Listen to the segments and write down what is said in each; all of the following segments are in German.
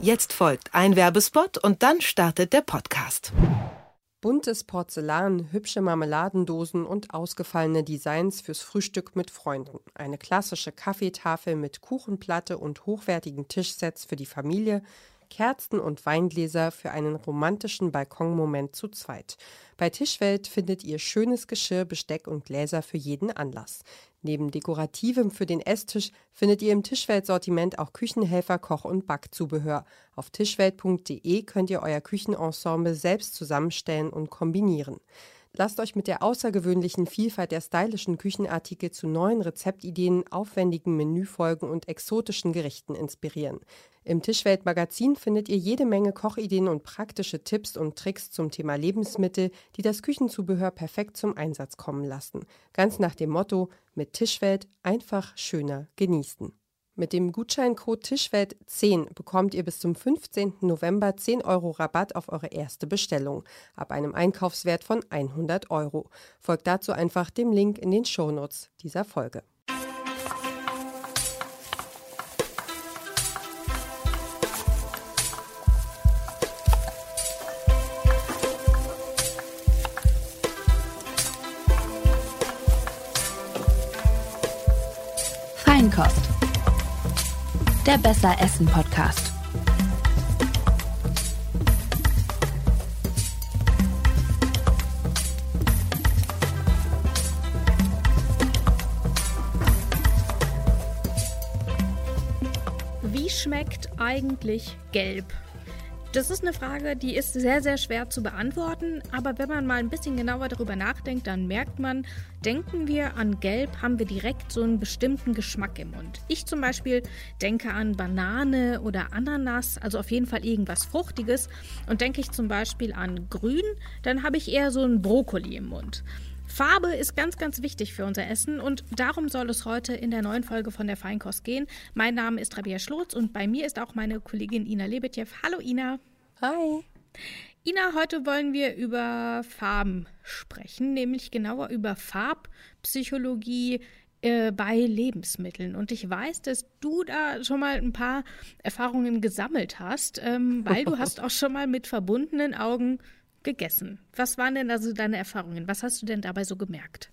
Jetzt folgt ein Werbespot und dann startet der Podcast. Buntes Porzellan, hübsche Marmeladendosen und ausgefallene Designs fürs Frühstück mit Freunden. Eine klassische Kaffeetafel mit Kuchenplatte und hochwertigen Tischsets für die Familie. Kerzen und Weingläser für einen romantischen Balkonmoment zu zweit. Bei Tischwelt findet ihr schönes Geschirr, Besteck und Gläser für jeden Anlass. Neben Dekorativem für den Esstisch findet ihr im Tischwelt-Sortiment auch Küchenhelfer, Koch- und Backzubehör. Auf tischwelt.de könnt ihr euer Küchenensemble selbst zusammenstellen und kombinieren. Lasst euch mit der außergewöhnlichen Vielfalt der stylischen Küchenartikel zu neuen Rezeptideen, aufwendigen Menüfolgen und exotischen Gerichten inspirieren. Im Tischwelt-Magazin findet ihr jede Menge Kochideen und praktische Tipps und Tricks zum Thema Lebensmittel, die das Küchenzubehör perfekt zum Einsatz kommen lassen. Ganz nach dem Motto: mit Tischwelt einfach schöner genießen. Mit dem Gutscheincode Tischwelt10 bekommt ihr bis zum 15. November 10 € Rabatt auf eure erste Bestellung, ab einem Einkaufswert von 100 €. Folgt dazu einfach dem Link in den Shownotes dieser Folge. Feinkost. Der Besser-Essen-Podcast. Wie schmeckt eigentlich gelb? Das ist eine Frage, die ist sehr, sehr schwer zu beantworten, aber wenn man mal ein bisschen genauer darüber nachdenkt, dann merkt man, denken wir an Gelb, haben wir direkt so einen bestimmten Geschmack im Mund. Ich zum Beispiel denke an Banane oder Ananas, also auf jeden Fall irgendwas Fruchtiges. Und denke ich zum Beispiel an Grün, dann habe ich eher so einen Brokkoli im Mund. Farbe ist ganz, ganz wichtig für unser Essen und darum soll es heute in der neuen Folge von der Feinkost gehen. Mein Name ist Rabia Schlotz und bei mir ist auch meine Kollegin Ina Lebetjew. Hallo Ina. Hi. Ina, heute wollen wir über Farben sprechen, nämlich genauer über Farbpsychologie bei Lebensmitteln. Und ich weiß, dass du da schon mal ein paar Erfahrungen gesammelt hast, weil du hast auch schon mal mit verbundenen Augen gegessen. Was waren denn also deine Erfahrungen? Was hast du denn dabei so gemerkt?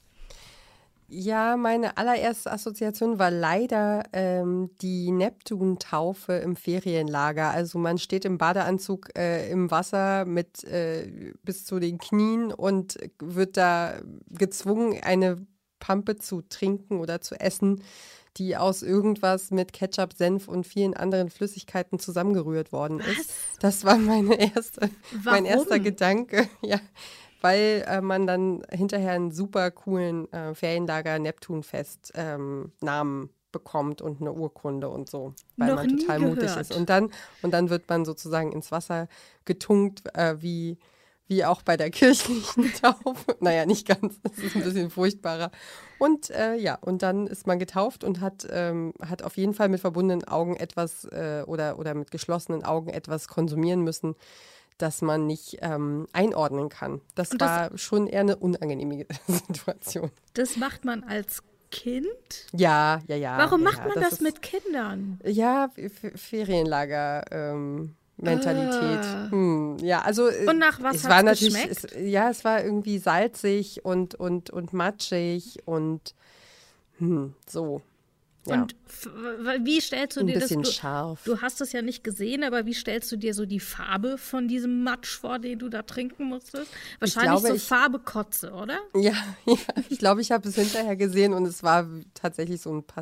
Ja, meine allererste Assoziation war leider die Neptun-Taufe im Ferienlager. Also man steht im Badeanzug im Wasser mit bis zu den Knien und wird da gezwungen, eine Pampe zu trinken oder zu essen, die aus irgendwas mit Ketchup, Senf und vielen anderen Flüssigkeiten zusammengerührt worden ist. Das war mein erster Gedanke. Ja, weil man dann hinterher einen super coolen Ferienlager Neptunfest Namen bekommt und eine Urkunde und so, weil Noch man total mutig ist. Und dann wird man sozusagen ins Wasser getunkt, wie auch bei der kirchlichen Taufe. Naja, nicht ganz, das ist ein bisschen furchtbarer. Und und dann ist man getauft und hat auf jeden Fall mit verbundenen Augen etwas oder mit geschlossenen Augen etwas konsumieren müssen, das man nicht einordnen kann. Das war schon eher eine unangenehme Situation. Das macht man als Kind? Ja. Warum macht man das mit Kindern? Ja, Ferienlager Mentalität. Ja, also und nach was es war hat's natürlich, geschmeckt? es war irgendwie salzig und matschig und so. Ja. Und wie stellst du dir das? Ein bisschen scharf. Du hast es ja nicht gesehen, aber wie stellst du dir so die Farbe von diesem Matsch vor, den du da trinken musstest? Wahrscheinlich Farbe Kotze, oder? Ja, ich glaube, ich habe es hinterher gesehen und es war tatsächlich so ein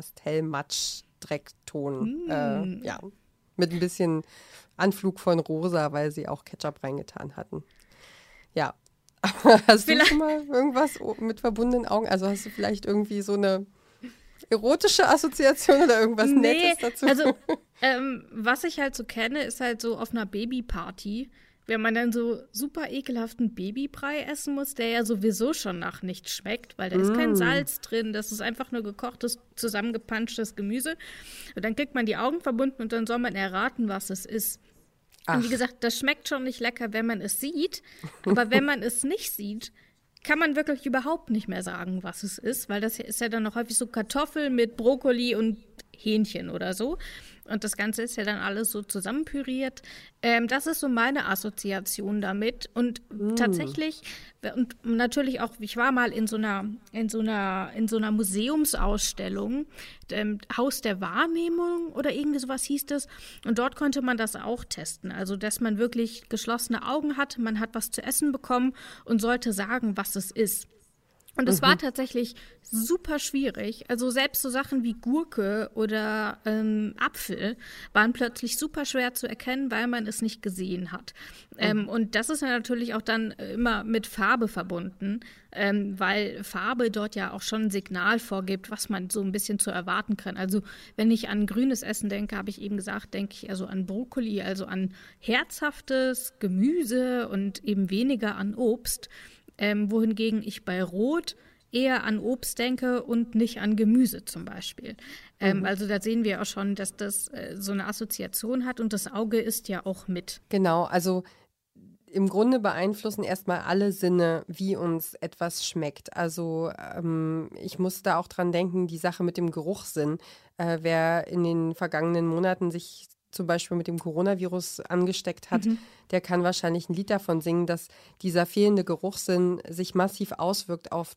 Pastell-Matsch-Dreckton. Ja, mit ein bisschen Anflug von rosa, weil sie auch Ketchup reingetan hatten. Ja. Hast du schon mal irgendwas mit verbundenen Augen? Also hast du vielleicht irgendwie so eine erotische Assoziation oder irgendwas Nettes dazu? Also, was ich halt so kenne, ist halt so auf einer Babyparty, wenn man dann so super ekelhaften Babybrei essen muss, der ja sowieso schon nach nichts schmeckt, weil da ist kein Salz drin, das ist einfach nur gekochtes, zusammengepanschtes Gemüse. Und dann kriegt man die Augen verbunden und dann soll man erraten, was es ist. Und wie gesagt, das schmeckt schon nicht lecker, wenn man es sieht, aber wenn man es nicht sieht, kann man wirklich überhaupt nicht mehr sagen, was es ist, weil das ist ja dann noch häufig so Kartoffel mit Brokkoli und Hähnchen oder so. und das Ganze ist ja dann alles so zusammenpüriert. Das ist so meine Assoziation damit. Und tatsächlich, und natürlich auch, ich war mal in so einer Museumsausstellung, Haus der Wahrnehmung oder irgendwie sowas hieß das. Und dort konnte man das auch testen. Also, dass man wirklich geschlossene Augen hat, man hat was zu essen bekommen und sollte sagen, was es ist. Und es war tatsächlich super schwierig. Also selbst so Sachen wie Gurke oder Apfel waren plötzlich super schwer zu erkennen, weil man es nicht gesehen hat. Und das ist ja natürlich auch dann immer mit Farbe verbunden, weil Farbe dort ja auch schon ein Signal vorgibt, was man so ein bisschen zu erwarten kann. Also wenn ich an grünes Essen denke, habe ich eben gesagt, denke ich also an Brokkoli, also an herzhaftes Gemüse und eben weniger an Obst. Wohingegen ich bei Rot eher an Obst denke und nicht an Gemüse zum Beispiel. Also da sehen wir auch schon, dass das so eine Assoziation hat und das Auge isst ja auch mit. Genau, also im Grunde beeinflussen erstmal alle Sinne, wie uns etwas schmeckt. Also ich muss da auch dran denken, die Sache mit dem Geruchssinn. Wer in den vergangenen Monaten sich zum Beispiel mit dem Coronavirus angesteckt hat, der kann wahrscheinlich ein Lied davon singen, dass dieser fehlende Geruchssinn sich massiv auswirkt auf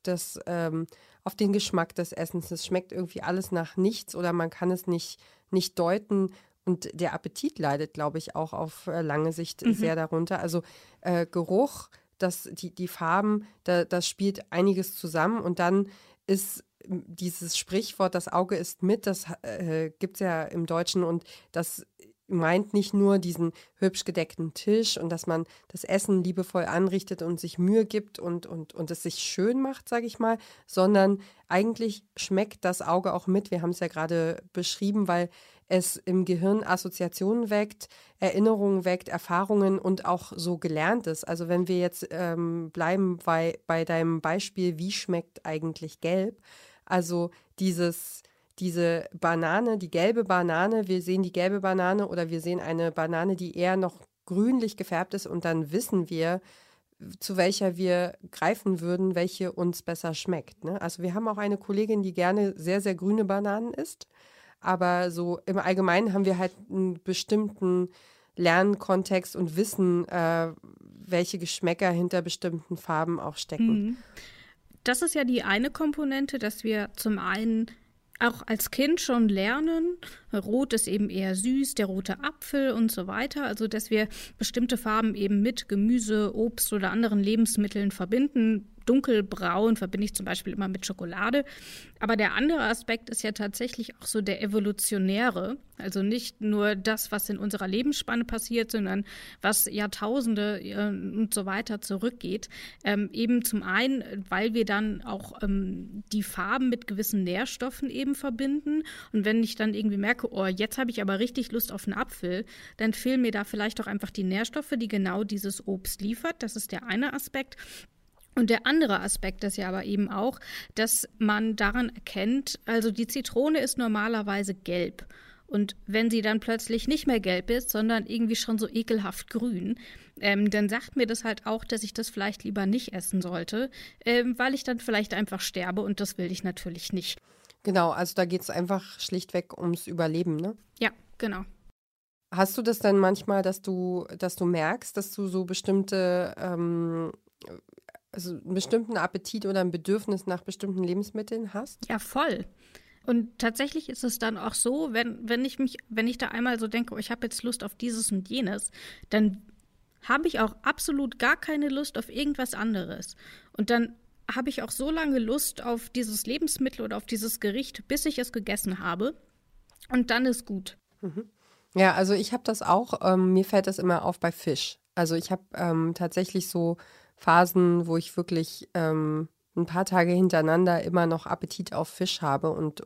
auf den Geschmack des Essens. Es schmeckt irgendwie alles nach nichts oder man kann es nicht deuten. Und der Appetit leidet, glaube ich, auch auf lange Sicht sehr darunter. Also Geruch, die Farben, das spielt einiges zusammen. Und dann ist dieses Sprichwort, das Auge isst mit, das gibt es ja im Deutschen und das meint nicht nur diesen hübsch gedeckten Tisch und dass man das Essen liebevoll anrichtet und sich Mühe gibt und es sich schön macht, sage ich mal, sondern eigentlich schmeckt das Auge auch mit. Wir haben es ja gerade beschrieben, weil es im Gehirn Assoziationen weckt, Erinnerungen weckt, Erfahrungen und auch so gelernt ist. Also wenn wir jetzt bleiben bei deinem Beispiel, wie schmeckt eigentlich gelb? Also diese Banane, die gelbe Banane, wir sehen die gelbe Banane oder wir sehen eine Banane, die eher noch grünlich gefärbt ist und dann wissen wir, zu welcher wir greifen würden, welche uns besser schmeckt. Ne? Also wir haben auch eine Kollegin, die gerne sehr, sehr grüne Bananen isst, aber so im Allgemeinen haben wir halt einen bestimmten Lernkontext und wissen, welche Geschmäcker hinter bestimmten Farben auch stecken. Das ist ja die eine Komponente, dass wir zum einen auch als Kind schon lernen, Rot ist eben eher süß, der rote Apfel und so weiter. Also, dass wir bestimmte Farben eben mit Gemüse, Obst oder anderen Lebensmitteln verbinden. Dunkelbraun verbinde ich zum Beispiel immer mit Schokolade. Aber der andere Aspekt ist ja tatsächlich auch so der evolutionäre. Also nicht nur das, was in unserer Lebensspanne passiert, sondern was Jahrtausende und so weiter zurückgeht. Eben zum einen, weil wir dann auch die Farben mit gewissen Nährstoffen eben verbinden. Und wenn ich dann irgendwie merke, oh, jetzt habe ich aber richtig Lust auf einen Apfel, dann fehlen mir da vielleicht auch einfach die Nährstoffe, die genau dieses Obst liefert. Das ist der eine Aspekt. Und der andere Aspekt ist ja aber eben auch, dass man daran erkennt, also die Zitrone ist normalerweise gelb. Und wenn sie dann plötzlich nicht mehr gelb ist, sondern irgendwie schon so ekelhaft grün, dann sagt mir das halt auch, dass ich das vielleicht lieber nicht essen sollte, weil ich dann vielleicht einfach sterbe und das will ich natürlich nicht. Genau, also da geht es einfach schlichtweg ums Überleben, ne? Ja, genau. Hast du das dann manchmal, dass du merkst, dass du so bestimmte also einen bestimmten Appetit oder ein Bedürfnis nach bestimmten Lebensmitteln hast? Ja, voll. Und tatsächlich ist es dann auch so, wenn ich da einmal so denke, oh, ich habe jetzt Lust auf dieses und jenes, dann habe ich auch absolut gar keine Lust auf irgendwas anderes. Und dann habe ich auch so lange Lust auf dieses Lebensmittel oder auf dieses Gericht, bis ich es gegessen habe. Und dann ist gut. Ja, also ich habe das auch, mir fällt das immer auf bei Fisch. Also ich habe tatsächlich so Phasen, wo ich wirklich ein paar Tage hintereinander immer noch Appetit auf Fisch habe und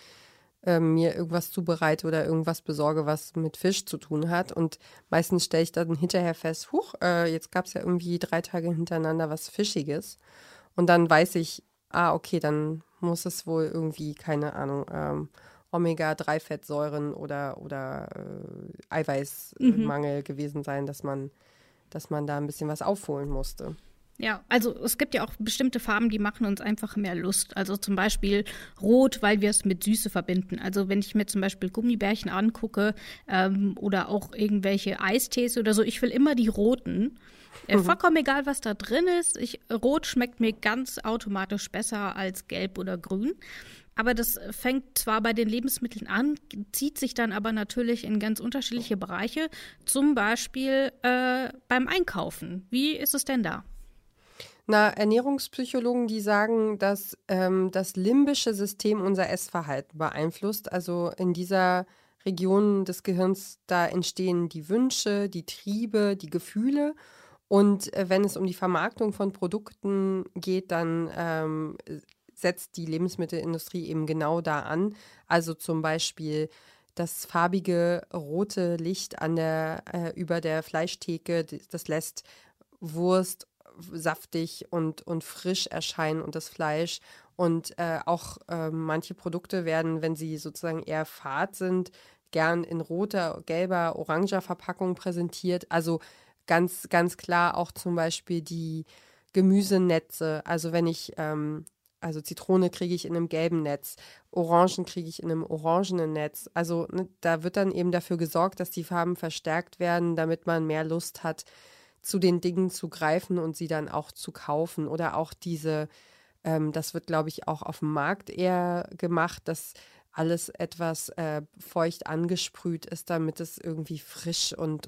mir irgendwas zubereite oder irgendwas besorge, was mit Fisch zu tun hat. Und meistens stelle ich dann hinterher fest, jetzt gab es ja irgendwie 3 Tage hintereinander was Fischiges. Und dann weiß ich, okay, dann muss es wohl irgendwie, keine Ahnung, Omega-3-Fettsäuren oder Eiweißmangel gewesen sein, dass man da ein bisschen was aufholen musste. Ja, also es gibt ja auch bestimmte Farben, die machen uns einfach mehr Lust. Also zum Beispiel Rot, weil wir es mit Süße verbinden. Also wenn ich mir zum Beispiel Gummibärchen angucke oder auch irgendwelche Eistees oder so, ich will immer die roten. Vollkommen egal, was da drin ist. Rot schmeckt mir ganz automatisch besser als Gelb oder Grün. Aber das fängt zwar bei den Lebensmitteln an, zieht sich dann aber natürlich in ganz unterschiedliche Bereiche. Zum Beispiel beim Einkaufen. Wie ist es denn da? Na, Ernährungspsychologen, die sagen, dass das limbische System unser Essverhalten beeinflusst. Also in dieser Region des Gehirns, da entstehen die Wünsche, die Triebe, die Gefühle. Und wenn es um die Vermarktung von Produkten geht, dann setzt die Lebensmittelindustrie eben genau da an. Also zum Beispiel das farbige rote Licht über der Fleischtheke, das lässt Wurst saftig und frisch erscheinen und das Fleisch. Und auch manche Produkte werden, wenn sie sozusagen eher fad sind, gern in roter, gelber, oranger Verpackung präsentiert. Also ganz, ganz klar auch zum Beispiel die Gemüsenetze. Also wenn ich also Zitrone kriege ich in einem gelben Netz, Orangen kriege ich in einem orangenen Netz. Also da wird dann eben dafür gesorgt, dass die Farben verstärkt werden, damit man mehr Lust hat, zu den Dingen zu greifen und sie dann auch zu kaufen. Oder auch das wird, glaube ich, auch auf dem Markt eher gemacht, dass alles etwas feucht angesprüht ist, damit es irgendwie frisch und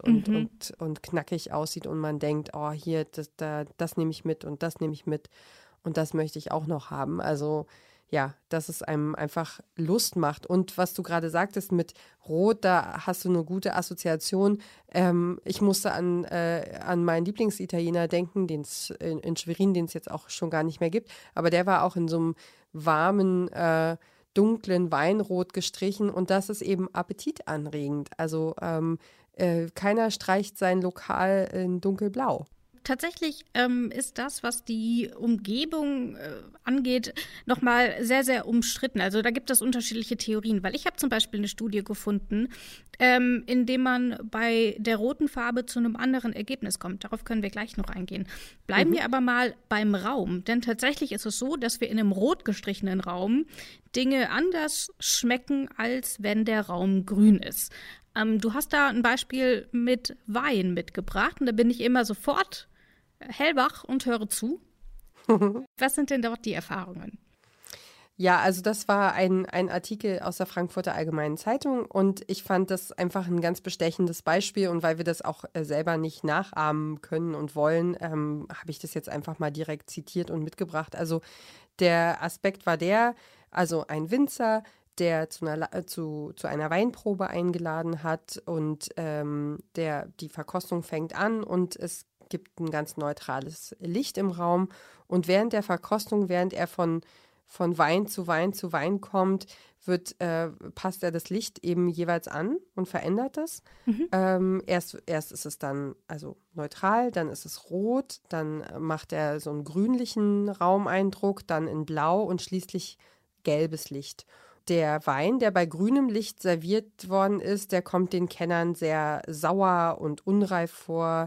knackig aussieht und man denkt, oh, hier, das nehme ich mit und das nehme ich mit. Und das möchte ich auch noch haben. Also ja, dass es einem einfach Lust macht. Und was du gerade sagtest mit Rot, da hast du eine gute Assoziation. Ich musste an meinen Lieblingsitaliener denken, den es in Schwerin, den es jetzt auch schon gar nicht mehr gibt. Aber der war auch in so einem warmen, dunklen Weinrot gestrichen. Und das ist eben appetitanregend. Also keiner streicht sein Lokal in dunkelblau. Tatsächlich ist das, was die Umgebung angeht, nochmal sehr, sehr umstritten. Also da gibt es unterschiedliche Theorien, weil ich habe zum Beispiel eine Studie gefunden, in dem man bei der roten Farbe zu einem anderen Ergebnis kommt. Darauf können wir gleich noch eingehen. Bleiben wir aber mal beim Raum, denn tatsächlich ist es so, dass wir in einem rot gestrichenen Raum Dinge anders schmecken, als wenn der Raum grün ist. Du hast da ein Beispiel mit Wein mitgebracht und da bin ich immer sofort hellwach und höre zu. Was sind denn dort die Erfahrungen? Ja, also das war ein Artikel aus der Frankfurter Allgemeinen Zeitung und ich fand das einfach ein ganz bestechendes Beispiel und weil wir das auch selber nicht nachahmen können und wollen, habe ich das jetzt einfach mal direkt zitiert und mitgebracht. Der Aspekt war also ein Winzer, der zu einer Weinprobe eingeladen hat und die Verkostung fängt an und es gibt ein ganz neutrales Licht im Raum und während der Verkostung, während er von Wein zu Wein zu Wein kommt, passt er das Licht eben jeweils an und verändert es. Erst ist es dann also neutral, dann ist es rot, dann macht er so einen grünlichen Raumeindruck, dann in blau und schließlich gelbes Licht. Der Wein, der bei grünem Licht serviert worden ist, der kommt den Kennern sehr sauer und unreif vor.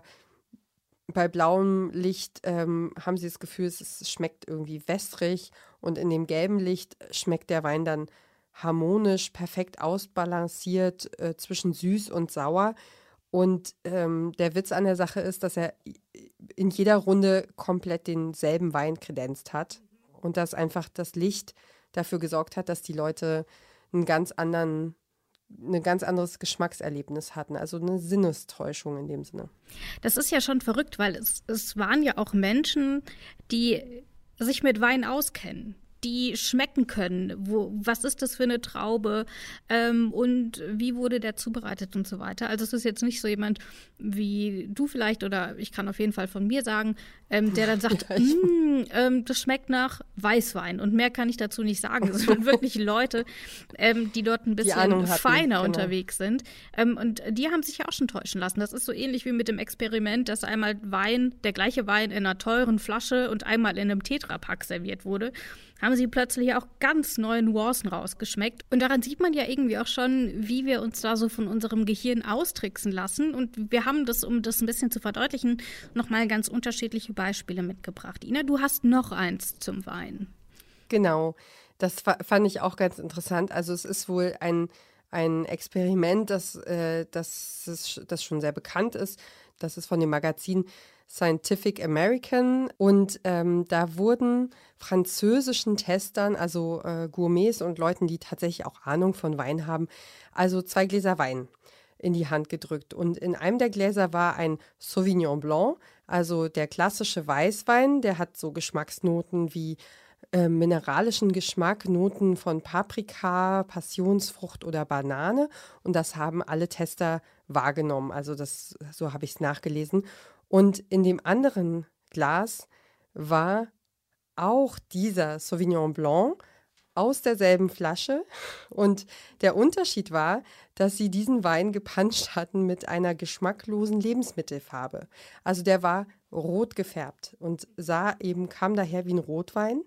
Bei blauem Licht haben sie das Gefühl, es schmeckt irgendwie wässrig und in dem gelben Licht schmeckt der Wein dann harmonisch, perfekt ausbalanciert zwischen süß und sauer. Und der Witz an der Sache ist, dass er in jeder Runde komplett denselben Wein kredenzt hat und dass einfach das Licht dafür gesorgt hat, dass die Leute ein ganz anderes Geschmackserlebnis hatten, also eine Sinnestäuschung in dem Sinne. Das ist ja schon verrückt, weil es waren ja auch Menschen, die sich mit Wein auskennen, die schmecken können, was ist das für eine Traube und wie wurde der zubereitet und so weiter. Also es ist jetzt nicht so jemand wie du vielleicht oder ich kann auf jeden Fall von mir sagen, der dann sagt, das schmeckt nach Weißwein und mehr kann ich dazu nicht sagen. Es sind wirklich Leute, die dort ein bisschen feiner unterwegs sind und die haben sich ja auch schon täuschen lassen. Das ist so ähnlich wie mit dem Experiment, dass einmal der gleiche Wein in einer teuren Flasche und einmal in einem Tetrapack serviert wurde. haben sie plötzlich auch ganz neue Nuancen rausgeschmeckt. Und daran sieht man ja irgendwie auch schon, wie wir uns da so von unserem Gehirn austricksen lassen. Und wir haben das, um das ein bisschen zu verdeutlichen, nochmal ganz unterschiedliche Beispiele mitgebracht. Ina, du hast noch eins zum Wein. Genau, das fand ich auch ganz interessant. Also es ist wohl ein Experiment, das schon sehr bekannt ist. Das ist von dem Magazin Scientific American. Und da wurden französischen Testern, also Gourmets und Leuten, die tatsächlich auch Ahnung von Wein haben, also 2 Gläser Wein in die Hand gedrückt. Und in einem der Gläser war ein Sauvignon Blanc, also der klassische Weißwein. Der hat so Geschmacksnoten wie mineralischen Geschmack, Noten von Paprika, Passionsfrucht oder Banane. Und das haben alle Tester wahrgenommen. Also so habe ich es nachgelesen. Und in dem anderen Glas war auch dieser Sauvignon Blanc aus derselben Flasche. Und der Unterschied war, dass sie diesen Wein gepanscht hatten mit einer geschmacklosen Lebensmittelfarbe. Also der war rot gefärbt und kam daher wie ein Rotwein.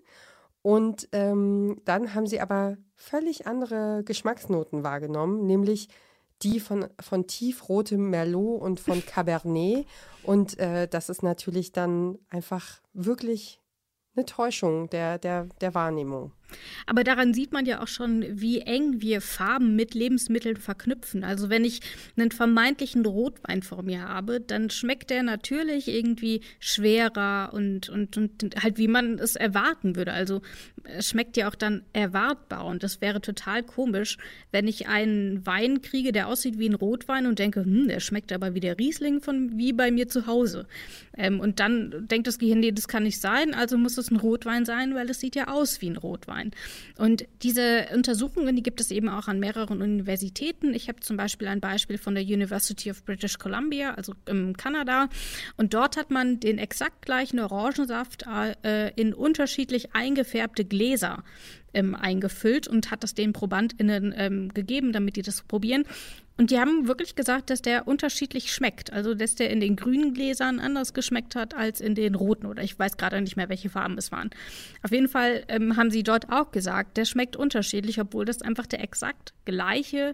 Und dann haben sie aber völlig andere Geschmacksnoten wahrgenommen, nämlich die von tiefrotem Merlot und von Cabernet. Und das ist natürlich dann einfach wirklich eine Täuschung der Wahrnehmung. Aber daran sieht man ja auch schon, wie eng wir Farben mit Lebensmitteln verknüpfen. Also wenn ich einen vermeintlichen Rotwein vor mir habe, dann schmeckt der natürlich irgendwie schwerer und halt wie man es erwarten würde. Also es schmeckt ja auch dann erwartbar und das wäre total komisch, wenn ich einen Wein kriege, der aussieht wie ein Rotwein und denke, der schmeckt aber wie der Riesling wie bei mir zu Hause. Und dann denkt das Gehirn, nee, das kann nicht sein, also muss es ein Rotwein sein, weil es sieht ja aus wie ein Rotwein. Und diese Untersuchungen, die gibt es eben auch an mehreren Universitäten. Ich habe zum Beispiel ein Beispiel von der University of British Columbia, also in Kanada. Und dort hat man den exakt gleichen Orangensaft in unterschiedlich eingefärbte Gläser eingefüllt und hat das den ProbandInnen gegeben, damit die das probieren. Und die haben wirklich gesagt, dass der unterschiedlich schmeckt. Also, dass der in den grünen Gläsern anders geschmeckt hat als in den roten. Oder ich weiß gerade nicht mehr, welche Farben es waren. Auf jeden Fall haben sie dort auch gesagt, der schmeckt unterschiedlich, obwohl das einfach der exakt gleiche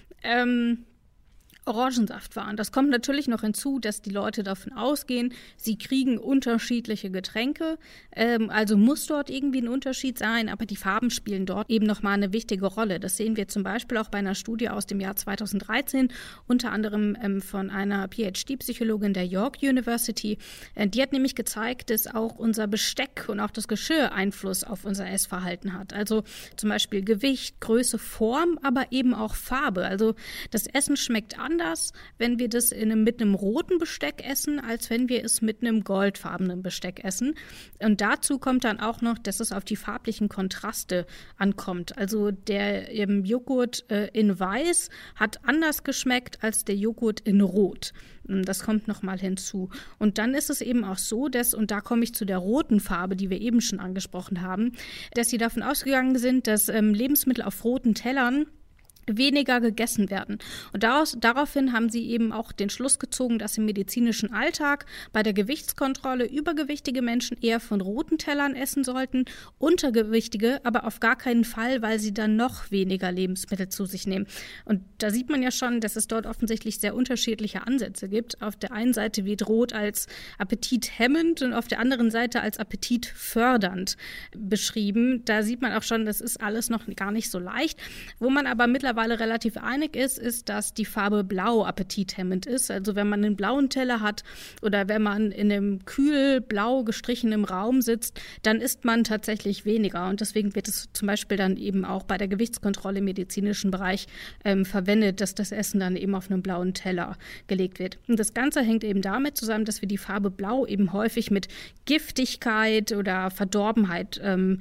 Orangensaft war. Und das kommt natürlich noch hinzu, dass die Leute davon ausgehen, sie kriegen unterschiedliche Getränke. Also muss dort irgendwie ein Unterschied sein, aber die Farben spielen dort eben nochmal eine wichtige Rolle. Das sehen wir zum Beispiel auch bei einer Studie aus dem Jahr 2013, unter anderem von einer PhD-Psychologin der York University. Die hat nämlich gezeigt, dass auch unser Besteck und auch das Geschirr Einfluss auf unser Essverhalten hat. Also zum Beispiel Gewicht, Größe, Form, aber eben auch Farbe. Also das Essen schmeckt anders, wenn wir das mit einem roten Besteck essen, als wenn wir es mit einem goldfarbenen Besteck essen. Und dazu kommt dann auch noch, dass es auf die farblichen Kontraste ankommt. Also der Joghurt in Weiß hat anders geschmeckt als der Joghurt in Rot. Das kommt nochmal hinzu. Und dann ist es eben auch so, dass, und da komme ich zu der roten Farbe, die wir eben schon angesprochen haben, dass sie davon ausgegangen sind, dass Lebensmittel auf roten Tellern weniger gegessen werden. Und daraufhin haben sie eben auch den Schluss gezogen, dass im medizinischen Alltag bei der Gewichtskontrolle übergewichtige Menschen eher von roten Tellern essen sollten, untergewichtige aber auf gar keinen Fall, weil sie dann noch weniger Lebensmittel zu sich nehmen. Und da sieht man ja schon, dass es dort offensichtlich sehr unterschiedliche Ansätze gibt. Auf der einen Seite wird Rot als appetithemmend und auf der anderen Seite als appetitfördernd beschrieben. Da sieht man auch schon, das ist alles noch gar nicht so leicht. Wo man aber mittlerweile relativ einig ist, dass die Farbe Blau appetithemmend ist. Also wenn man einen blauen Teller hat oder wenn man in einem kühl blau gestrichenen Raum sitzt, dann isst man tatsächlich weniger. Und deswegen wird es zum Beispiel dann eben auch bei der Gewichtskontrolle im medizinischen Bereich verwendet, dass das Essen dann eben auf einem blauen Teller gelegt wird. Und das Ganze hängt eben damit zusammen, dass wir die Farbe Blau eben häufig mit Giftigkeit oder Verdorbenheit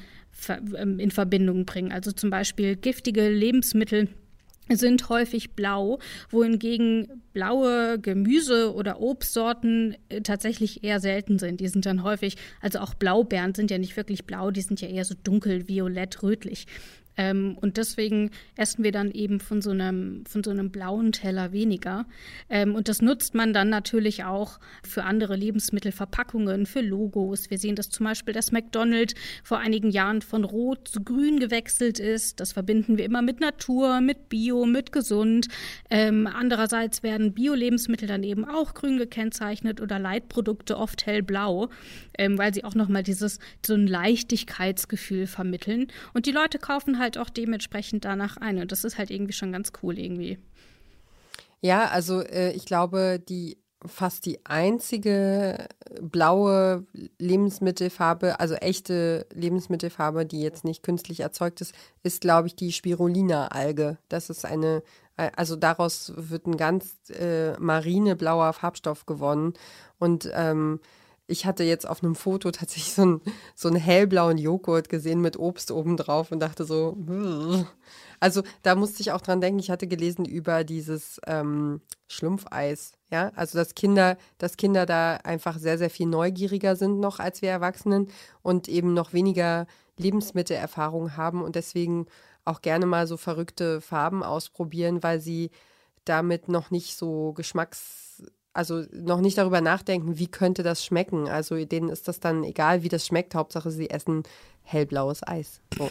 in Verbindung bringen. Also zum Beispiel giftige Lebensmittel sind häufig blau, wohingegen blaue Gemüse- oder Obstsorten tatsächlich eher selten sind. Die sind dann häufig, also auch Blaubeeren sind ja nicht wirklich blau, die sind ja eher so dunkel, violett, rötlich. Und deswegen essen wir dann eben von so einem blauen Teller weniger. Und das nutzt man dann natürlich auch für andere Lebensmittelverpackungen, für Logos. Wir sehen das zum Beispiel, dass McDonald's vor einigen Jahren von rot zu grün gewechselt ist. Das verbinden wir immer mit Natur, mit Bio, mit gesund. Andererseits werden Bio-Lebensmittel dann eben auch grün gekennzeichnet oder Leitprodukte oft hellblau, weil sie auch nochmal so ein Leichtigkeitsgefühl vermitteln. Und die Leute kaufen halt auch dementsprechend danach ein. Und das ist halt irgendwie schon ganz cool irgendwie. Ja, also ich glaube, fast die einzige blaue Lebensmittelfarbe, also echte Lebensmittelfarbe, die jetzt nicht künstlich erzeugt ist, glaube ich, die Spirulina-Alge. Das ist also daraus wird ein ganz marineblauer Farbstoff gewonnen. Und ich hatte jetzt auf einem Foto tatsächlich so einen hellblauen Joghurt gesehen mit Obst obendrauf und dachte so, also da musste ich auch dran denken, ich hatte gelesen über dieses Schlumpfeis, ja, also dass Kinder da einfach sehr, sehr viel neugieriger sind noch als wir Erwachsenen und eben noch weniger Lebensmittelerfahrung haben und deswegen auch gerne mal so verrückte Farben ausprobieren, weil sie damit noch nicht so also noch nicht darüber nachdenken, wie könnte das schmecken. Also denen ist das dann egal, wie das schmeckt. Hauptsache, sie essen hellblaues Eis. So.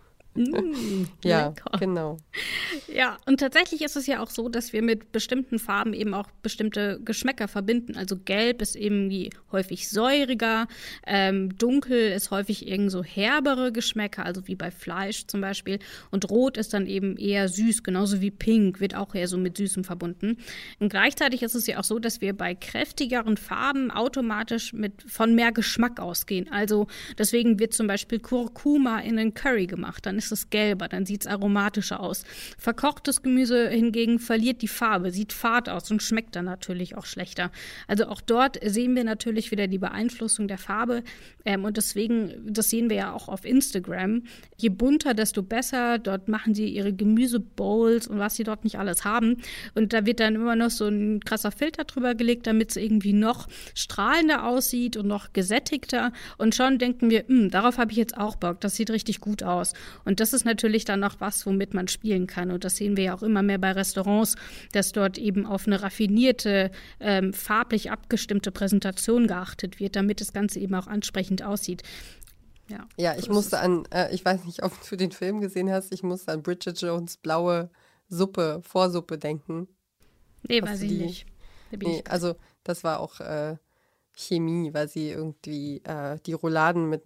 Ja, lecker. Genau. Ja, und tatsächlich ist es ja auch so, dass wir mit bestimmten Farben eben auch bestimmte Geschmäcker verbinden. Also gelb ist irgendwie häufig säuriger, dunkel ist häufig irgend so herbere Geschmäcker, also wie bei Fleisch zum Beispiel. Und rot ist dann eben eher süß, genauso wie pink, wird auch eher so mit Süßem verbunden. Und gleichzeitig ist es ja auch so, dass wir bei kräftigeren Farben automatisch von mehr Geschmack ausgehen. Also deswegen wird zum Beispiel Kurkuma in einen Curry gemacht. Dann ist es gelber, dann sieht es aromatischer aus. Verkochtes Gemüse hingegen verliert die Farbe, sieht fad aus und schmeckt dann natürlich auch schlechter. Also auch dort sehen wir natürlich wieder die Beeinflussung der Farbe und deswegen, das sehen wir ja auch auf Instagram, je bunter, desto besser. Dort machen sie ihre Gemüsebowls und was sie dort nicht alles haben und da wird dann immer noch so ein krasser Filter drüber gelegt, damit es irgendwie noch strahlender aussieht und noch gesättigter und schon denken wir, darauf habe ich jetzt auch Bock, das sieht richtig gut aus. Und das ist natürlich dann noch was, womit man spielen kann. Und das sehen wir ja auch immer mehr bei Restaurants, dass dort eben auf eine raffinierte, farblich abgestimmte Präsentation geachtet wird, damit das Ganze eben auch ansprechend aussieht. Ja, ich musste ich weiß nicht, ob du den Film gesehen hast, ich musste an Bridget Jones' blaue Vorsuppe denken. Nee, weiß ich nicht. Nee, also das war auch Chemie, weil sie irgendwie die Rouladen mit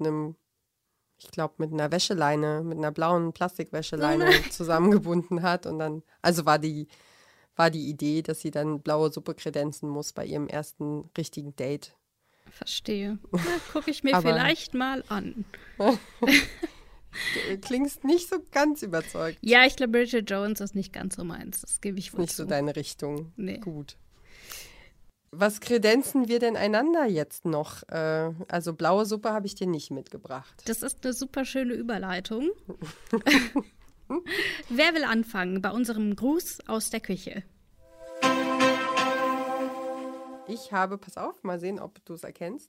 einer Wäscheleine, mit einer blauen Plastikwäscheleine zusammengebunden hat und dann, also war die Idee, dass sie dann blaue Suppe kredenzen muss bei ihrem ersten richtigen Date. Verstehe. Gucke ich mir vielleicht mal an. Du klingst nicht so ganz überzeugt. Ja, ich glaube, Bridget Jones ist nicht ganz so meins. Das gebe ich wohl nicht zu. So deine Richtung. Nee. Gut. Was kredenzen wir denn einander jetzt noch? Also blaue Suppe habe ich dir nicht mitgebracht. Das ist eine super schöne Überleitung. Wer will anfangen bei unserem Gruß aus der Küche? Ich habe, pass auf, mal sehen, ob du es erkennst.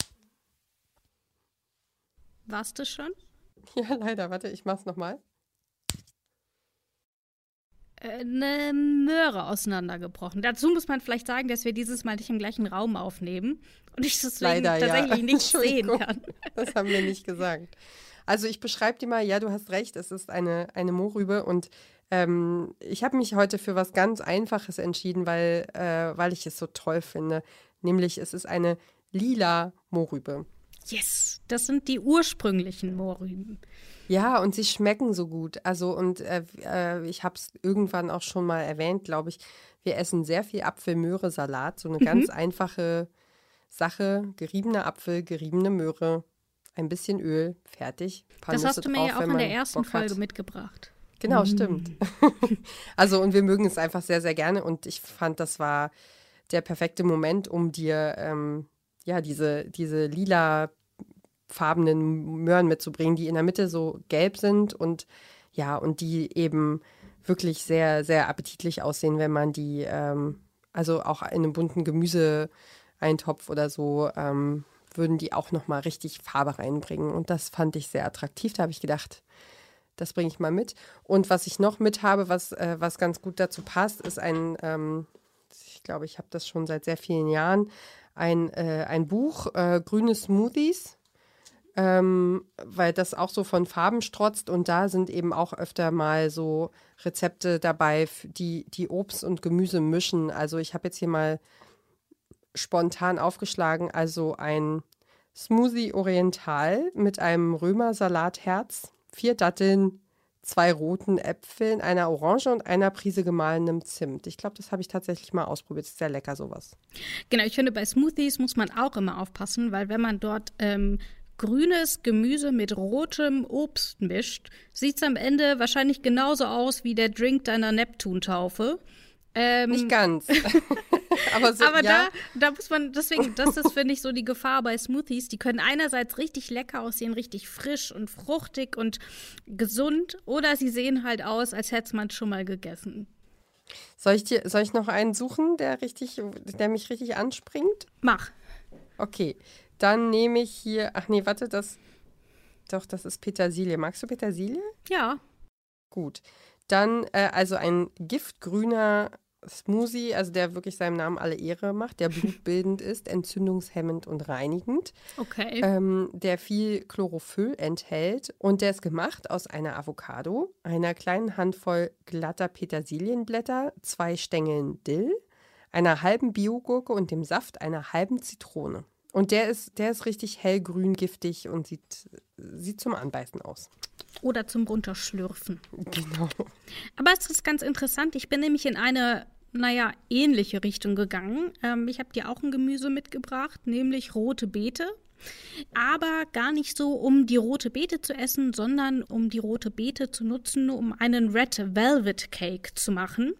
Warst du schon? Ja, leider. Warte, ich mach's nochmal. Eine Möhre auseinandergebrochen. Dazu muss man vielleicht sagen, dass wir dieses Mal nicht im gleichen Raum aufnehmen und ich das leider, tatsächlich nicht sehen kann. Das haben wir nicht gesagt. Also ich beschreibe dir mal, ja, du hast recht, es ist eine Mohrrübe und ich habe mich heute für was ganz Einfaches entschieden, weil ich es so toll finde. Nämlich, es ist eine lila Mohrrübe. Yes, das sind die ursprünglichen Mohrrüben. Ja, und sie schmecken so gut. Also und ich habe es irgendwann auch schon mal erwähnt, glaube ich. Wir essen sehr viel Apfel-Möhre-Salat. So eine ganz einfache Sache. Geriebener Apfel, geriebene Möhre, ein bisschen Öl, fertig. Das hast du mir ja auch in der ersten Folge mitgebracht. Genau, stimmt. Also und wir mögen es einfach sehr, sehr gerne. Und ich fand, das war der perfekte Moment, um dir diese lila farbenen Möhren mitzubringen, die in der Mitte so gelb sind und die eben wirklich sehr, sehr appetitlich aussehen, wenn man die, also auch in einem bunten Gemüseeintopf oder so, würden die auch nochmal richtig Farbe reinbringen. Und das fand ich sehr attraktiv. Da habe ich gedacht, Das bringe ich mal mit. Und was ich noch mit habe, was ganz gut dazu passt, ist ich glaube, ich habe das schon seit sehr vielen Jahren, ein Buch, Grüne Smoothies, weil das auch so von Farben strotzt und da sind eben auch öfter mal so Rezepte dabei, die Obst und Gemüse mischen. Also ich habe jetzt hier mal spontan aufgeschlagen, also ein Smoothie Oriental mit einem Römer-Salatherz, 4 Datteln, 2 roten Äpfeln, einer Orange und einer Prise gemahlenem Zimt. Ich glaube, das habe ich tatsächlich mal ausprobiert. Das ist sehr lecker, sowas. Genau, ich finde, bei Smoothies muss man auch immer aufpassen, weil wenn man dort grünes Gemüse mit rotem Obst mischt, sieht es am Ende wahrscheinlich genauso aus wie der Drink deiner Neptuntaufe. Nicht ganz. Aber ja. Da muss man, deswegen, das ist, finde ich, so die Gefahr bei Smoothies. Die können einerseits richtig lecker aussehen, richtig frisch und fruchtig und gesund, oder sie sehen halt aus, als hätte man es schon mal gegessen. Soll ich noch einen suchen, der mich richtig anspringt? Mach. Okay, dann nehme ich hier, das ist Petersilie. Magst du Petersilie? Ja. Gut. Dann also ein giftgrüner Smoothie, also der wirklich seinem Namen alle Ehre macht, der blutbildend ist, entzündungshemmend und reinigend. Okay. Der viel Chlorophyll enthält und der ist gemacht aus einer Avocado, einer kleinen Handvoll glatter Petersilienblätter, 2 Stängeln Dill, einer halben Biogurke und dem Saft einer halben Zitrone. Und der ist richtig hellgrün, giftig und sieht zum Anbeißen aus. Oder zum Runterschlürfen. Genau. Aber es ist ganz interessant. Ich bin nämlich in eine, ähnliche Richtung gegangen. Ich habe dir auch ein Gemüse mitgebracht, nämlich rote Beete. Aber gar nicht so, um die rote Beete zu essen, sondern um die rote Beete zu nutzen, um einen Red Velvet Cake zu machen.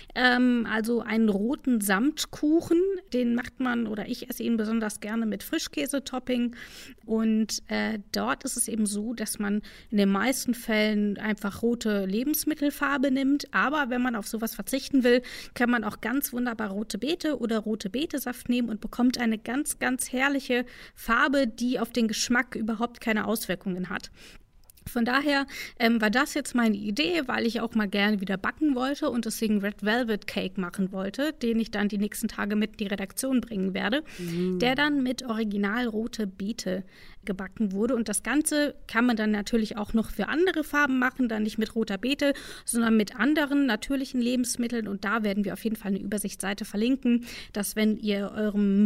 Also einen roten Samtkuchen, den macht man, oder ich esse ihn besonders gerne mit Frischkäse-Topping. Und dort ist es eben so, dass man in den meisten Fällen einfach rote Lebensmittelfarbe nimmt. Aber wenn man auf sowas verzichten will, kann man auch ganz wunderbar rote Beete oder rote Betesaft nehmen und bekommt eine ganz, ganz herrliche Farbe, die auf den Geschmack überhaupt keine Auswirkungen hat. Von daher war das jetzt meine Idee, weil ich auch mal gerne wieder backen wollte und deswegen Red Velvet Cake machen wollte, den ich dann die nächsten Tage mit in die Redaktion bringen werde, der dann mit original rote Beete gebacken wurde. Und das Ganze kann man dann natürlich auch noch für andere Farben machen, dann nicht mit roter Beete, sondern mit anderen natürlichen Lebensmitteln. Und da werden wir auf jeden Fall eine Übersichtsseite verlinken, dass wenn ihr eurem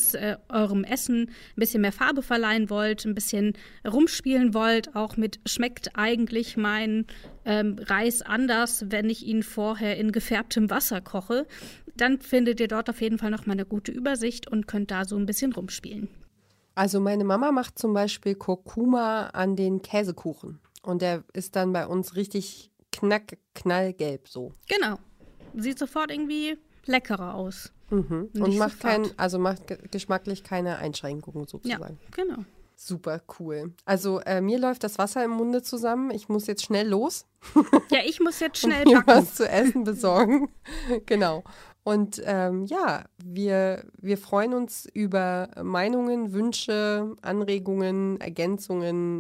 Essen ein bisschen mehr Farbe verleihen wollt, ein bisschen rumspielen wollt, auch mit schmeckt eigentlich mein Reis anders, wenn ich ihn vorher in gefärbtem Wasser koche, dann findet ihr dort auf jeden Fall noch mal eine gute Übersicht und könnt da so ein bisschen rumspielen. Also meine Mama macht zum Beispiel Kurkuma an den Käsekuchen und der ist dann bei uns richtig knallgelb so. Genau, sieht sofort irgendwie leckerer aus. Mhm. Und macht geschmacklich keine Einschränkungen sozusagen. Ja, genau. Super cool. Also mir läuft das Wasser im Munde zusammen. Ich muss jetzt schnell los. Ja, ich muss jetzt schnell backen. Was zu essen besorgen. Genau. Und wir freuen uns über Meinungen, Wünsche, Anregungen, Ergänzungen,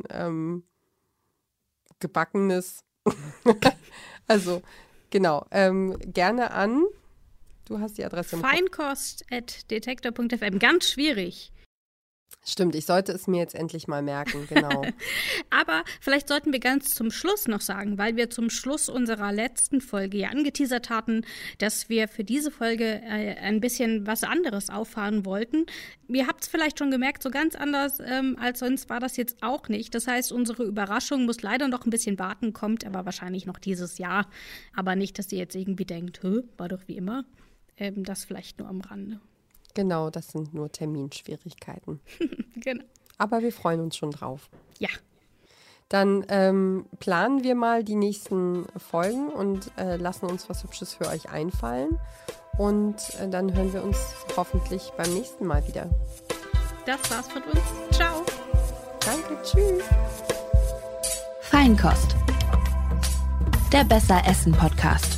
Gebackenes. Also genau. Gerne an. Du hast die Adresse im Kopf. Feinkost@detektor.fm. Ganz schwierig. Stimmt, ich sollte es mir jetzt endlich mal merken, genau. Aber vielleicht sollten wir ganz zum Schluss noch sagen, weil wir zum Schluss unserer letzten Folge ja angeteasert hatten, dass wir für diese Folge ein bisschen was anderes auffahren wollten. Ihr habt es vielleicht schon gemerkt, so ganz anders als sonst war das jetzt auch nicht. Das heißt, unsere Überraschung muss leider noch ein bisschen warten, kommt aber wahrscheinlich noch dieses Jahr. Aber nicht, dass ihr jetzt irgendwie denkt, war doch wie immer. Das vielleicht nur am Rande. Genau, das sind nur Terminschwierigkeiten. Genau. Aber wir freuen uns schon drauf. Ja. Dann planen wir mal die nächsten Folgen und lassen uns was Hübsches für euch einfallen. Und dann hören wir uns hoffentlich beim nächsten Mal wieder. Das war's von uns. Ciao. Danke, tschüss. Feinkost. Der Besser Essen Podcast.